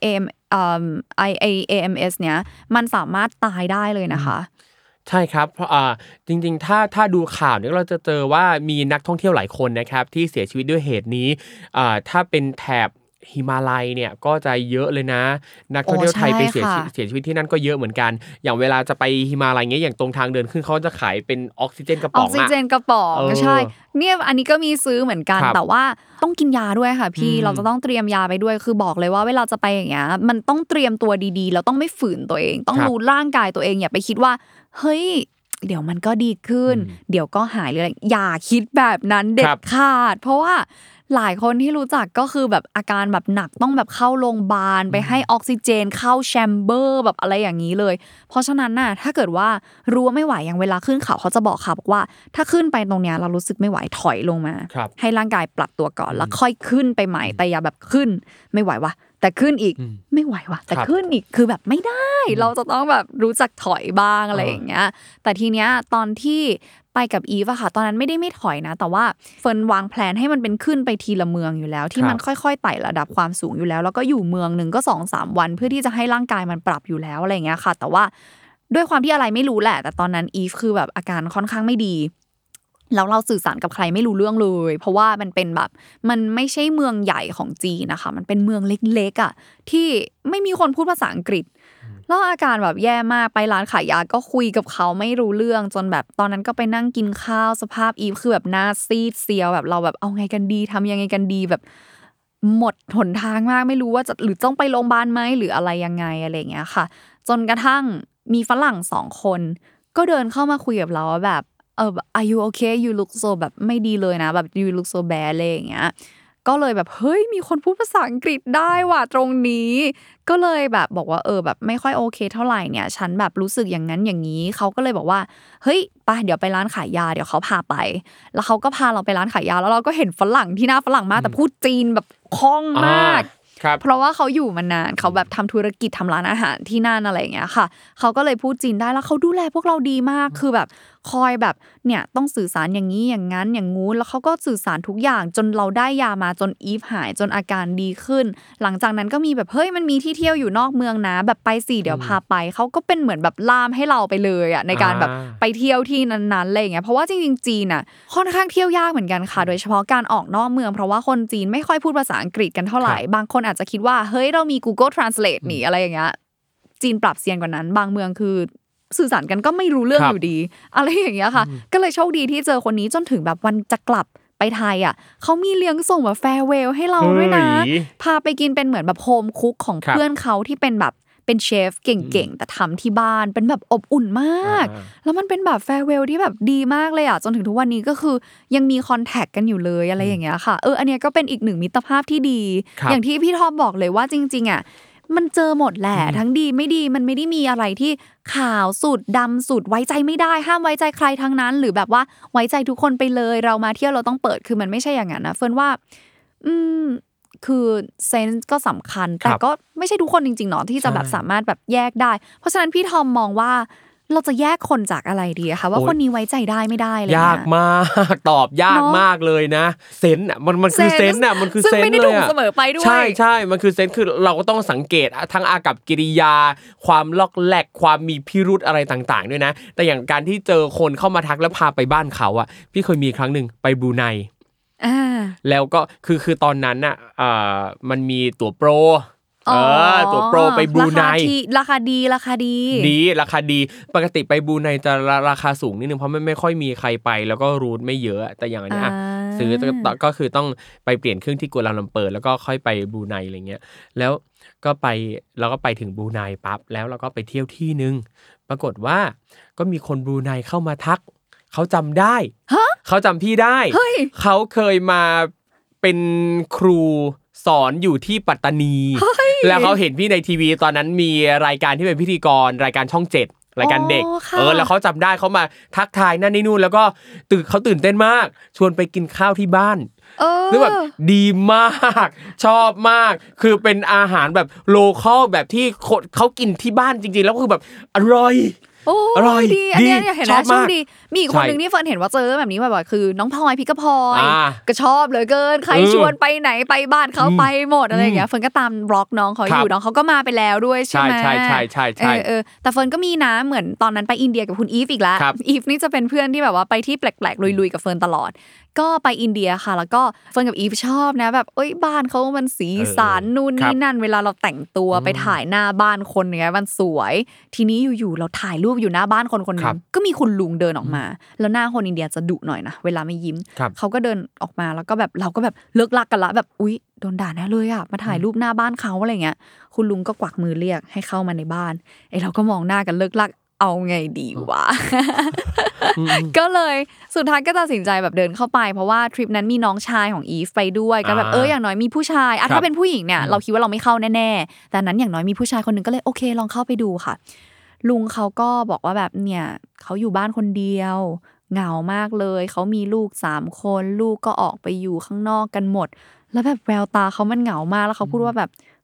AMS เนี้ยมันสามารถตายได้เลยนะคะใช่ครับเพราะจริงๆถ้าดูข่าวเนี่ยเราจะเจอว่ามีนักท่องเที่ยวหลายคนนะครับที่เสียชีวิตด้วยเหตุนี้ถ้าเป็นแถบหิมาลัยเนี่ยก็จะเยอะเลยนะนักท่องเที่ยวไทยไปเสียชีวิตที่นั่นก็เยอะเหมือนกันอย่างเวลาจะไปหิมาลัยเงี้ยอย่างตรงทางเดินขึ้นเขาจะขายเป็นออกซิเจนกระป๋องใช่เนี่ยอันนี้ก็มีซื้อเหมือนกันแต่ว่าต้องกินยาด้วยค่ะพี่เราจะต้องเตรียมยาไปด้วยคือบอกเลยว่าเวลาจะไปอย่างเงี้ยมันต้องเตรียมตัวดีๆแล้วต้องไม่ฝืนตัวเองต้องรู้ร่างกายตัวเองอย่าไปคิดว่าเฮ้ยเดี๋ยวมันก็ดีขึ้นเดี๋ยวก็หายเลยอย่าคิดแบบนั้นเด็ดขาดเพราะว่าหลายคนที่รู้จักก็คือแบบอาการแบบหนักต้องแบบเข้าโรงพยาบาลไปให้ออกซิเจนเข้าแชมเบอร์แบบอะไรอย่างนี้เลยเพราะฉะนั้นน่ะถ้าเกิดว่ารู้ว่าไม่ไหวอย่างเวลาขึ้นเขาจะบอกค่ะบอกว่าถ้าขึ้นไปตรงเนี้ยเรารู้สึกไม่ไหวถอยลงมาให้ร่างกายปรับตัวก่อนแล้วค่อยขึ้นไปใหม่แต่อย่าแบบขึ้นไม่ไหวว่ะแต่ขึ้นอีกไม่ไหวว่ะแต่ขึ้นอีกคือแบบไม่ได้เราจะต้องแบบรู้จักถอยบ้างอะไรอย่างเงี้ยแต่ทีเนี้ยตอนที่ไปกับอีฟอะค่ะตอนนั้นไม่ถอยนะแต่ว่าเฟิร์นวางแผนให้มันเป็นขึ้นไปทีละเมืองอยู่แล้วที่มันค่อยๆไต่ระดับความสูงอยู่แล้วก็อยู่เมืองนึงก็ 2-3 วันเพื่อที่จะให้ร่างกายมันปรับอยู่แล้วอะไรอย่างเงี้ยค่ะแต่ว่าด้วยความที่อะไรไม่รู้แหละแต่ตอนนั้นอีฟคือแบบอาการค่อนข้างไม่ดีแล้วเราสื่อสารกับใครไม่รู้เรื่องเลยเพราะว่ามันเป็นแบบมันไม่ใช่เมืองใหญ่ของจีนนะคะมันเป็นเมืองเล็กๆอ่ะที่ไม่มีคนพูดภาษาอังกฤษแล้วอาการแบบแย่มากไปร้านขายยาก็คุยกับเขาไม่รู้เรื่องจนแบบตอนนั้นก็ไปนั่งกินข้าวสภาพอีฟคือแบบหน้าซีดเซียวแบบเราแบบเอาไงกันดีทำยังไงกันดีแบบหมดหนทางมากไม่รู้ว่าจะหรือต้องไปโรงพยาบาลไหมหรืออะไรยังไงอะไรอย่างเงี้ยค่ะจนกระทั่งมีฝรั่ง2 คนก็เดินเข้ามาคุยกับเราแบบare you okay you look so แบบไม่ดีเลยนะแบบ you look so bad อะไรอย่างเงี้ยก็เลยแบบเฮ้ยมีคนพูดภาษาอังกฤษได้ว่ะตรงนี้ก็เลยแบบบอกว่าแบบไม่ค่อยโอเคเท่าไหร่เนี่ยฉันแบบรู้สึกอย่างนั้นอย่างนี้เขาก็เลยบอกว่าเฮ้ยไปเดี๋ยวไปร้านขายยาเดี๋ยวเขาพาไปแล้วเขาก็พาเราไปร้านขายยาแล้วเราก็เห็นฝรั่งที่หน้าฝรั่งมากแต่พูดจีนแบบคล่องมากเพราะว่าเขาอยู่มานานเขาแบบทำธุรกิจทำร้านอาหารที่นั่นอะไรอย่างเงี้ยค่ะเขาก็เลยพูดจีนได้แล้วเขาดูแลพวกเราดีมากคือแบบคอยแบบเนี่ยต้องสื่อสารอย่างนี้อย่างนั้นอย่างงู้นแล้วเขาก็สื่อสารทุกอย่างจนเราได้ยามาจนอีฟหายจนอาการดีขึ้นหลังจากนั้นก็มีแบบเฮ้ยมันมีที่เที่ยวอยู่นอกเมืองนะแบบไปสิเดี๋ยวพาไปเขาก็เป็นเหมือนแบบล่ามให้เราไปเลยอ่ะในการแบบไปเที่ยวที่นั้นๆอะไรอย่างเงี้ยเพราะว่าจริงๆจีนอ่ะค่อนข้างเที่ยวยากเหมือนกันค่ะโดยเฉพาะการออกนอกเมืองเพราะว่าคนจีนไม่ค่อยพูดภาษาอังกฤษกันเท่าไหร่บางคนอาจจะคิดว่าเฮ้ยเรามี Google Translate นี่อะไรอย่างเงี้ยจีนปรับเซียนกว่านั้นบางเมืองคือสื่อสารกันก็ไม่รู้เรื่องอยู่ดีอะไรอย่างเงี้ยค่ะก็เลยโชคดีที่เจอคนนี้จนถึงแบบวันจะกลับไปไทยอ่ะเขามีเลี้ยงส่งแบบแฟร์เวลให้เราด้วยนะพาไปกินเป็นเหมือนแบบโฮมคุกของเพื่อนเขาที่เป็นแบบเป็นเชฟเก่งๆแต่ทำที่บ้านเป็นแบบอบอุ่นมากแล้วมันเป็นแบบแฟร์เวลที่แบบดีมากเลยอ่ะจนถึงทุกวันนี้ก็คือยังมีคอนแทคกันอยู่เลยอะไรอย่างเงี้ยค่ะอันเนี้ยก็เป็นอีกหนึ่งมิตรภาพที่ดีอย่างที่พี่ทอมบอกเลยว่าจริงๆอ่ะมันเจอหมดแหละทั้งดีไม่ดีมันไม่ได้มีอะไรที่ขาวสุดดำสุดไว้ใจไม่ได้ห้ามไว้ใจใครทั้งนั้นหรือแบบว่าไว้ใจทุกคนไปเลยเรามาเที่ยวเราต้องเปิดคือมันไม่ใช่อย่างนั้นนะเฟิร์นว่าคือเซนส์ก็สำคัญแต่ก็ไม่ใช่ทุกคนจริงๆเนาะที่จะแบบสามารถแบบแยกได้เพราะฉะนั้นพี่ทอมมองว่าเราจะแยกคนจากอะไรดีอะคะว่าคนนี้ไว้ใจได้ไม่ได้อะไรยากมากตอบยากมากเลยนะเซนส์อ่ะมันคือเซนส์อ่ะมันคือเซนส์เลยอ่ะซึ่งไม่ได้ถูกเสมอไปด้วยใช่มันคือเซนส์คือเราก็ต้องสังเกตทั้งอากัปกิริยาความล็อกแหลกความมีพิรุธอะไรต่างๆด้วยนะแต่อย่างการที่เจอคนเข้ามาทักแล้วพาไปบ้านเขาอ่ะพี่เคยมีครั้งนึงไปบรูไนแล้วก็คือตอนนั้นน่ะมันมีตั๋วโปรตัวโปรไปบรูไนราคาดีราคาดีปกติไปบรูไนจะราคาสูงนิดนึงเพราะไม่ค่อยมีใครไปแล้วก็รูทไม่เยอะแต่อย่างอันนี้ซื้อก็คือต้องไปเปลี่ยนเครื่องที่กัวลาลัมเปอร์แล้วก็ค่อยไปบรูไนอะไรเงี้ยแล้วก็ไปถึงบรูไนปั๊บแล้วเราก็ไปเที่ยวที่นึงปรากฏว่าก็มีคนบรูไนเข้ามาทักเขาจำได้เขาจำพี่ได้เขาเคยมาเป็นครูสอนอยู่ที่ปัตตานีแล้วเขาเห็นพี่ในทีวีตอนนั้นมีรายการที่เป็นพิธีกรรายการช่อง7รายการเด็กแล้วเขาจำได้เขามาทักทายนั่นนี่นู่นแล้วก็เขาตื่นเต้นมากชวนไปกินข้าวที่บ้านคือแบบดีมากชอบมากคือเป็นอาหารแบบโลคอลแบบที่เขากินที่บ้านจริงๆแล้วคือแบบอร่อยอร่อยดีอันนี้เห็นแล้วชอบดีมีอีกคนนึงที่เฟิร์นเห็นว่าเจอแบบนี้บ่อยๆคือน้องพลอยพิกพลอยก็ชอบเลยเกินใครชวนไปไหนไปบ้านเขาไปหมดอะไรอย่างเงี้ยเฟิร์นก็ตามบล็อกน้องเขาอยู่น้องเขาก็มาไปแล้วด้วยใช่ไหมใช่แต่เฟิร์นก็มีนะเหมือนตอนนั้นไปอินเดียกับคุณอีฟอีกแล้วอีฟนี่จะเป็นเพื่อนที่แบบว่าไปที่แปลกๆลุยๆกับเฟิร์นตลอดก็ไปอินเดียค่ะแล้วก็เฟิร์นกับอีฟชอบนะแบบบ้านเขามันสีสันนู่นนี่นั่นเวลาเราแต่งตัวไปถ่ายหน้าบ้านคนอย่างเงี้ยมันสวยทีนี้อยู่ๆเราถ่ายรูปอยู่หน้าบ้านคนนึงก็มีคุณลุงเดินออกมาแล้วหน้าคนอินเดียจะดุหน่อยนะเวลาไม่ยิ้มเขาก็เดินออกมาแล้วก็แบบเราก็แบบเลิกลักกันละแบบอุ๊ยโดนด่าแน่เลยอ่ะมาถ่ายรูปหน้าบ้านเขาอะไรเงี้ยคุณลุงก็กวักมือเรียกให้เข้ามาในบ้านเราก็มองหน้ากันเลิกลักเอาไงดีวะ ก็เลยสุดท้ายก็ตัดสินใจแบบเดินเข้าไปเพราะว่าทริปนั้นมีน้องชายของอีฟไปด้วยก็แบบอย่างน้อยมีผู้ชายถ้าเป็นผู้หญิงเนี่ยเราคิดว่าเราไม่เข้าแน่ๆแต่นั้นอย่างน้อยมีผู้ชายคนนึงก็เลยโอเคลองเข้าไปดูค่ะลุงเขาก็บอกว่าแบบเนี่ยเขาอยู่บ้านคนเดียวเหงามากเลยเขามีลูก3คนลูกก็ออกไปอยู่ข้างนอกกันหมดแล้วแบบแววตาเขามันเหงามากแล้วเขาพูดว่าแบบ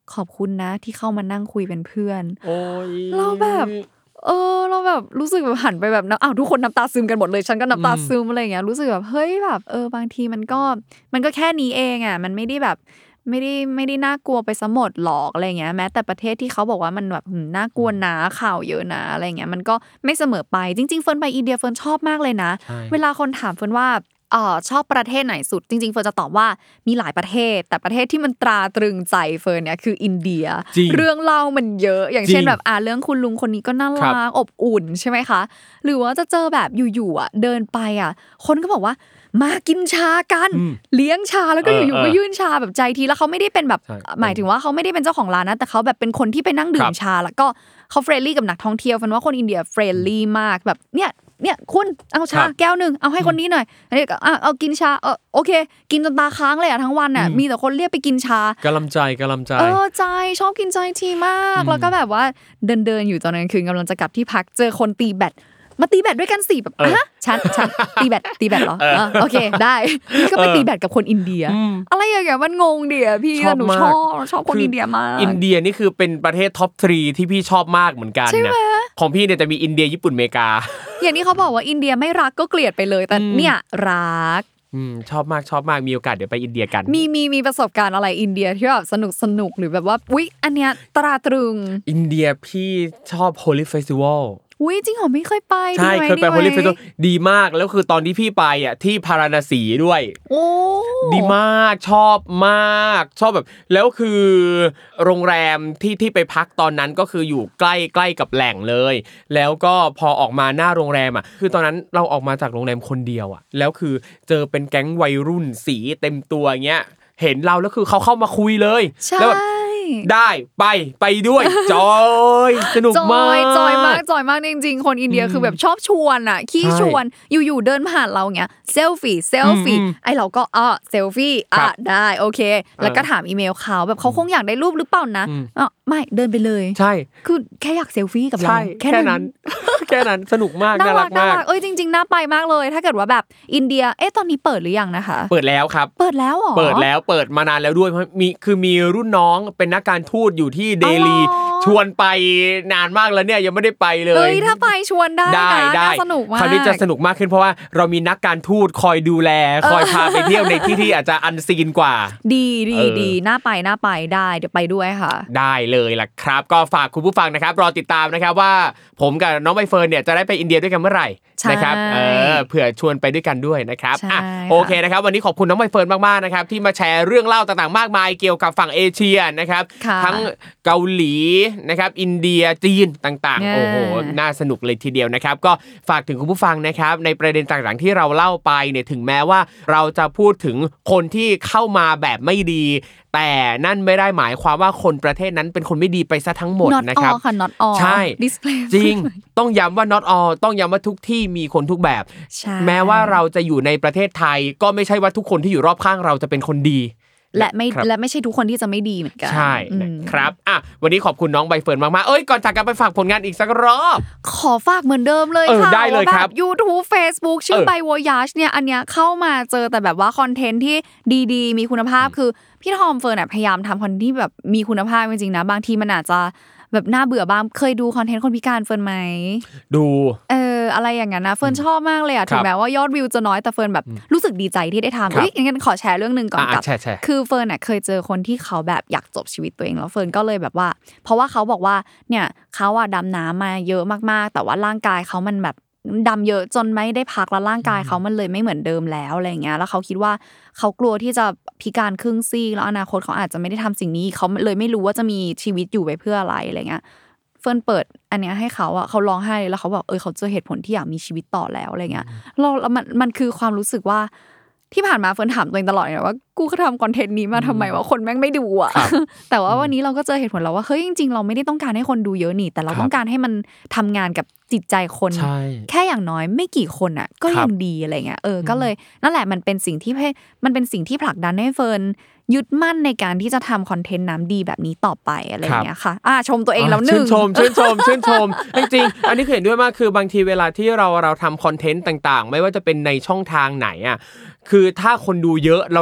ขอบคุณนะที่เข้ามานั่งคุยเป็นเพื่อนโอ้ยเราแบบเราแบบรู้สึกแบบหันไปแบบทุกคนน้ำตาซึมกันหมดเลยฉันก็น้ำตาซึมอะไรอย่างเงี้ยรู้สึกแบบเฮ้ยแบบบางทีมันก็แค่นี้เองอ่ะมันไม่ได้แบบไม่ได้น่ากลัวไปซะหมดหรอกอะไรเงี้ยแม้แต่ประเทศที่เขาบอกว่ามันแบบน่ากลัวนะข่าวเยอะนะอะไรเงี้ยมันก็ไม่เสมอไปจริงๆเฟิร์นไปอินเดียเฟิร์นชอบมากเลยนะเวลาคนถามเฟิร์นว่าชอบประเทศไหนสุดจริงๆเฟิร์นจะตอบว่ามีหลายประเทศแต่ประเทศที่มันตราตรึงใจเฟิร์นเนี่ยคืออินเดียเรื่องเล่ามันเยอะอย่างเช่นแบบเรื่องคุณลุงคนนี้ก็น่ารักอบอุ่นใช่ไหมคะหรือว่าจะเจอแบบอยู่ๆเดินไปคนก็บอกว่ามากินชากันเลี้ยงชาแล้วก็อยู่ๆก็ยื่นชาแบบใจทีแล้วเขาไม่ได้เป็นแบบหมายถึงว่าเขาไม่ได้เป็นเจ้าของร้านนะแต่เขาแบบเป็นคนที่ไปนั่งดื่มชาแล้วก็เขาเฟรนลี่กับนักท่องเที่ยวฟันว่าคนอินเดียเฟรนลี่มากแบบเนี่ยคุณเอาชาแก้วนึงเอาให้คนนี้หน่อยอันนี้เอากินชาโอเคกินจนตาค้างเลยทั้งวันน่ะมีแต่คนเรียกไปกินชากำลังใจใจชอบกินใจทีมากแล้วก็แบบว่าเดินอยู่ตอนนั้นคือกำลังจะกลับที่พักเจอคนตีแบดมาตีแบดด้วยกันสิแบบฉันตีแบดเหรอโอเคได้นี่ก็ไปตีแบดกับคนอินเดียอะไรอย่างเงี้ยมันงงดิพี่หนูชอบคนอินเดียมากอินเดียนี่คือเป็นประเทศท็อป3ที่พี่ชอบมากเหมือนกันนะของพี่เนี่ยจะมีอินเดียญี่ปุ่นอเมริกาอย่างนี้เขาบอกว่าอินเดียไม่รักก็เกลียดไปเลยแต่เนี่ยรักชอบมากมีโอกาสเดี๋ยวไปอินเดียกันมีประสบการณ์อะไรอินเดียที่แบบสนุกหรือแบบว่าอุ๊ยอันเนี้ยตราตรึงอินเดียพี่ชอบ Holy Festival อุ้ยจริงเหรอไม่เคยไปใช่เคยไป Holy Festival ดีมากแล้วคือตอนที่พี่ไปที่พาราณสีด้วยโอ้ดีมากชอบมากชอบแบบแล้วคือโรงแรมที่ไปพักตอนนั้นก็คืออยู่ใกล้กับแหล่งเลยแล้วก็พอออกมาหน้าโรงแรมคือตอนนั้นเราออกมาจากโรงแรมคนเดียวแล้วคือเจอเป็นแก๊งวัยรุ่นสีเต็มตัวอย่างเงี้ยเห็นเราแล้วคือเขาเข้ามาคุยเลยแล้วแบบได้ไปด้วยจอยสนุกมากจอยมากจริงๆคนอินเดียคือแบบชอบชวนขี้ชวนอยู่ๆเดินผ่านเราเงี้ยเซลฟี่ไอเราก็เซลฟี่ได้โอเคแล้วก็ถามอีเมลเขาแบบเขาคงอยากได้รูปหรือเปล่านะไม่เดินไปเลยใช่คือแค่อยากเซลฟี่กับเราแค่นั้นสนุกมากน่ารักมากจริงๆน่าไปมากเลยถ้าเกิดว่าแบบอินเดียตอนนี้เปิดหรือยังนะคะเปิดแล้วครับเปิดแล้วเหรอเปิดมานานแล้วด้วยมีรุ่นน้องเป็นนักการทูตอยู่ที่เดลีชวนไปนานมากแล้วเนี่ยยังไม่ได้ไปเลยถ้าไปชวนได้น่าสนุกมากคราวนี้จะสนุกมากขึ้นเพราะว่าเรามีนักการทูตคอยดูแลคอยพาไปเที่ยวในที่อาจจะอันซีนกว่าดีน่าไปได้เดี๋ยวไปด้วยค่ะได้เลยล่ะครับก็ฝากคุณผู้ฟังนะครับรอติดตามนะครับว่าผมกับน้องใบเฟิร์นเนี่ยจะได้ไปอินเดียด้วยกันเมื่อไหร่นะครับเผื่อชวนไปด้วยกันด้วยนะครับโอเคนะครับวันนี้ขอบคุณน้องใบเฟิร์นมากๆนะครับที่มาแชร์เรื่องเล่าต่างๆมากมายเกี่ยวกับฝั่งเอเชียนะครับทั้งเกาหลีนะครับอินเดียจีนต่างๆโอ้โหน่าสนุกเลยทีเดียวนะครับก็ฝากถึงคุณผู้ฟังนะครับในประเด็นต่างๆที่เราเล่าไปเนี่ยถึงแม้ว่าเราจะพูดถึงคนที่เข้ามาแบบไม่ดีแต่นั่นไม่ได้หมายความว่าคนประเทศนั้นเป็นคนไม่ดีไปซะทั้งหมดนะครับ not all ค่ะ not all ใช่จริงต้องย้ำว่า not all ต้องย้ำว่าทุกที่มีคนทุกแบบแม้ว่าเราจะอยู่ในประเทศไทยก็ไม่ใช่ว่าทุกคนที่อยู่รอบข้างเราจะเป็นคนดีและไม่ใช่ทุกคนที่จะไม่ดีเหมือนกันใช่ครับวันนี้ขอบคุณน้องใบเฟิร์นมากๆก่อนจากกันไปฝากผลงานอีกสักรอบขอฝากเหมือนเดิมเลยค่ะได้เลยครับ YouTube Facebook ชื่อ By Voyage เนี่ยอันเนี้ยเข้ามาเจอแต่แบบว่าคอนเทนต์ที่ดีๆมีคุณภาพคือพี่ทอมเฟิร์นพยายามทำคอนเทนต์ที่แบบมีคุณภาพจริงๆนะบางทีมันอาจจะแบบน่าเบื่อบ้างเคยดูคอนเทนต์คนพิการเฟิร์นไหมดูอะไรอย่างนั้นนะเฟิร์นชอบมากเลยถึงแม้ว่ายอดวิวจะน้อยแต่เฟิร์นแบบรู้สึกดีใจที่ได้ทำงั้นขอแชร์เรื่องนึงก่อนกับคือเฟิร์นเคยเจอคนที่เขาแบบอยากจบชีวิตตัวเองแล้วเฟิร์นก็เลยแบบว่าเพราะว่าเขาบอกว่าเนี่ยเขาดำน้ำมาเยอะมากๆแต่ว่าร่างกายเขามันแบบดำเยอะจนไม่ได้พักแล้วร่างกายเขามันเลยไม่เหมือนเดิมแล้วอะไรเงี้ยแล้วเขาคิดว่าเขากลัวที่จะพิการครึ่งซีกแล้วอนาคตเขาอาจจะไม่ได้ทำสิ่งนี้เขาเลยไม่รู้ว่าจะมีชีวิตอยู่ไปเพื่ออะไรเงี้ยเฟิร์นเปิดอันเนี้ยให้เขาเขาร้องไห้แล้วเขาบอกเขาเจอเหตุผลที่อยากมีชีวิตต่อแล้วอะไรเงี้ยแล้วมันคือความรู้สึกว่าที่ผ่านมาเฟิร์นถามตัวเองตลอดว่ากูก็ทำคอนเทนต์นี้มาทำไมวะคนแม่งไม่ดูแต่ว่าวันนี้เราก็เจอเหตุผลแล้วว่าเฮ้ยจริงๆเราไม่ได้ต้องการให้คนดูเยอะนี่แต่เราต้องการให้มันทำงานกับจิตใจคนแค่อย่างน้อยไม่กี่คนก็ยังดีอะไรเงี้ยก็เลยนั่นแหละมันเป็นสิ่งที่ผลักดันให้เฟิร์นยึดมั่นในการที่จะทำคอนเทนต์น้ำดีแบบนี้ต่อไปอะไรเงี้ยค่ะชมตัวเองแล้วนึงชื่นชมจริงๆอันนี้เห็นด้วยมากคือบางทีเวลาที่เราทำคอนเทนต์ต่างๆไม่ว่าจะเป็นในช่องทางไหนคือถ้าคนดูเยอะเราก็ดี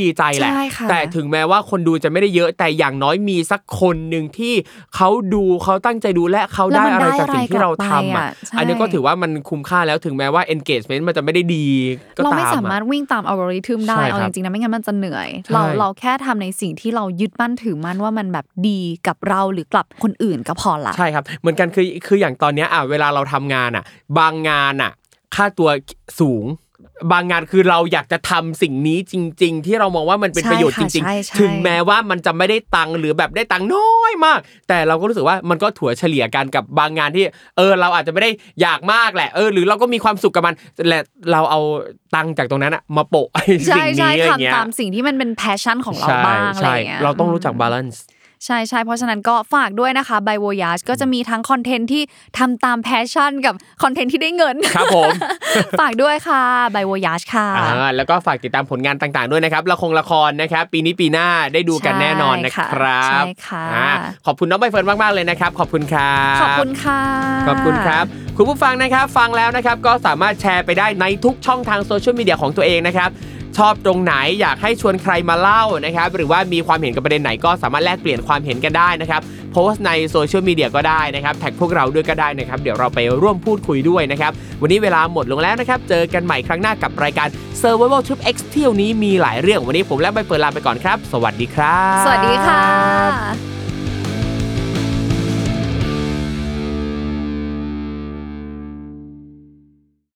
ใจแหละแต่ถึงแม้ว่าคนดูจะไม่ได้เยอะแต่อย่างน้อยมีสักคนนึงที่เขาดูเขาตั้งใจดูและเขาได้อะไรจากสิ่งที่เราทำอ่ะอันนี้ก็ถือว่ามันคุ้มค่าแล้วถึงแม้ว่า engagement มันจะไม่ได้ดีก็ตามเราไม่สามารถวิ่งตามอัลกอริทึมได้เอาจริงๆนะไม่งั้นมันจะเหนื่อยเราแค่ทำในสิ่งที่เรายึดมั่นถือมั่นว่ามันแบบดีกับเราหรือกับคนอื่นก็พอละใช่ครับเหมือนกันคืออย่างตอนนี้เวลาเราทำงานบางงานค่าตัวสูงบางงานคือเราอยากจะทำสิ่งนี้จริงๆที่เรามองว่ามันเป็นประโยชน์จริงๆถึงแม้ว่ามันจะไม่ได้ตังค์หรือแบบได้ตังค์น้อยมากแต่เราก็รู้สึกว่ามันก็ถัวเฉลี่ยกันกับบางงานที่เราอาจจะไม่ได้อยากมากแหละหรือเราก็มีความสุขกับมันและเราเอาตังค์จากตรงนั้นมาโปะสิ่งนี้อย่างเงี้ยทำตามสิ่งที่มันเป็นแพชชั่นของเราบ้างอะไรเงี้ยเราต้องรู้จักบาลานซ์ใช่ๆเพราะฉะนั้นก็ฝากด้วยนะคะ By Voyage ก็จะมีทั้งคอนเทนต์ที่ทำตามแพชชั่นกับคอนเทนต์ที่ได้เงินครับผมฝากด้วยค่ะ By Voyage ค่ะแล้วก็ฝากติดตามผลงานต่างๆด้วยนะครับละครนะครับปีนี้ปีหน้าได้ดูกันแน่นอนนะครับใช่ค่ะขอบคุณน้องใบเฟิร์นมากๆเลยนะครับขอบคุณครับขอบคุณค่ะขอบคุณครับคุณผู้ฟังนะครับฟังแล้วนะครับก็สามารถแชร์ไปได้ในทุกช่องทางโซเชียลมีเดียของตัวเองนะครับชอบตรงไหนอยากให้ชวนใครมาเล่านะครับหรือว่ามีความเห็นกับประเด็นไหนก็สามารถแลกเปลี่ยนความเห็นกันได้นะครับโพสต์ในโซเชียลมีเดียก็ได้นะครับแท็กพวกเราด้วยก็ได้นะครับเดี๋ยวเราไปร่วมพูดคุยด้วยนะครับวันนี้เวลาหมดลงแล้วนะครับเจอกันใหม่ครั้งหน้ากับรายการ Survival Trip X เที่ยวนี้มีหลายเรื่องวันนี้ผมและใบเฟิร์นลาไปก่อนครับสวัสดีครับสวัสดีค่ะ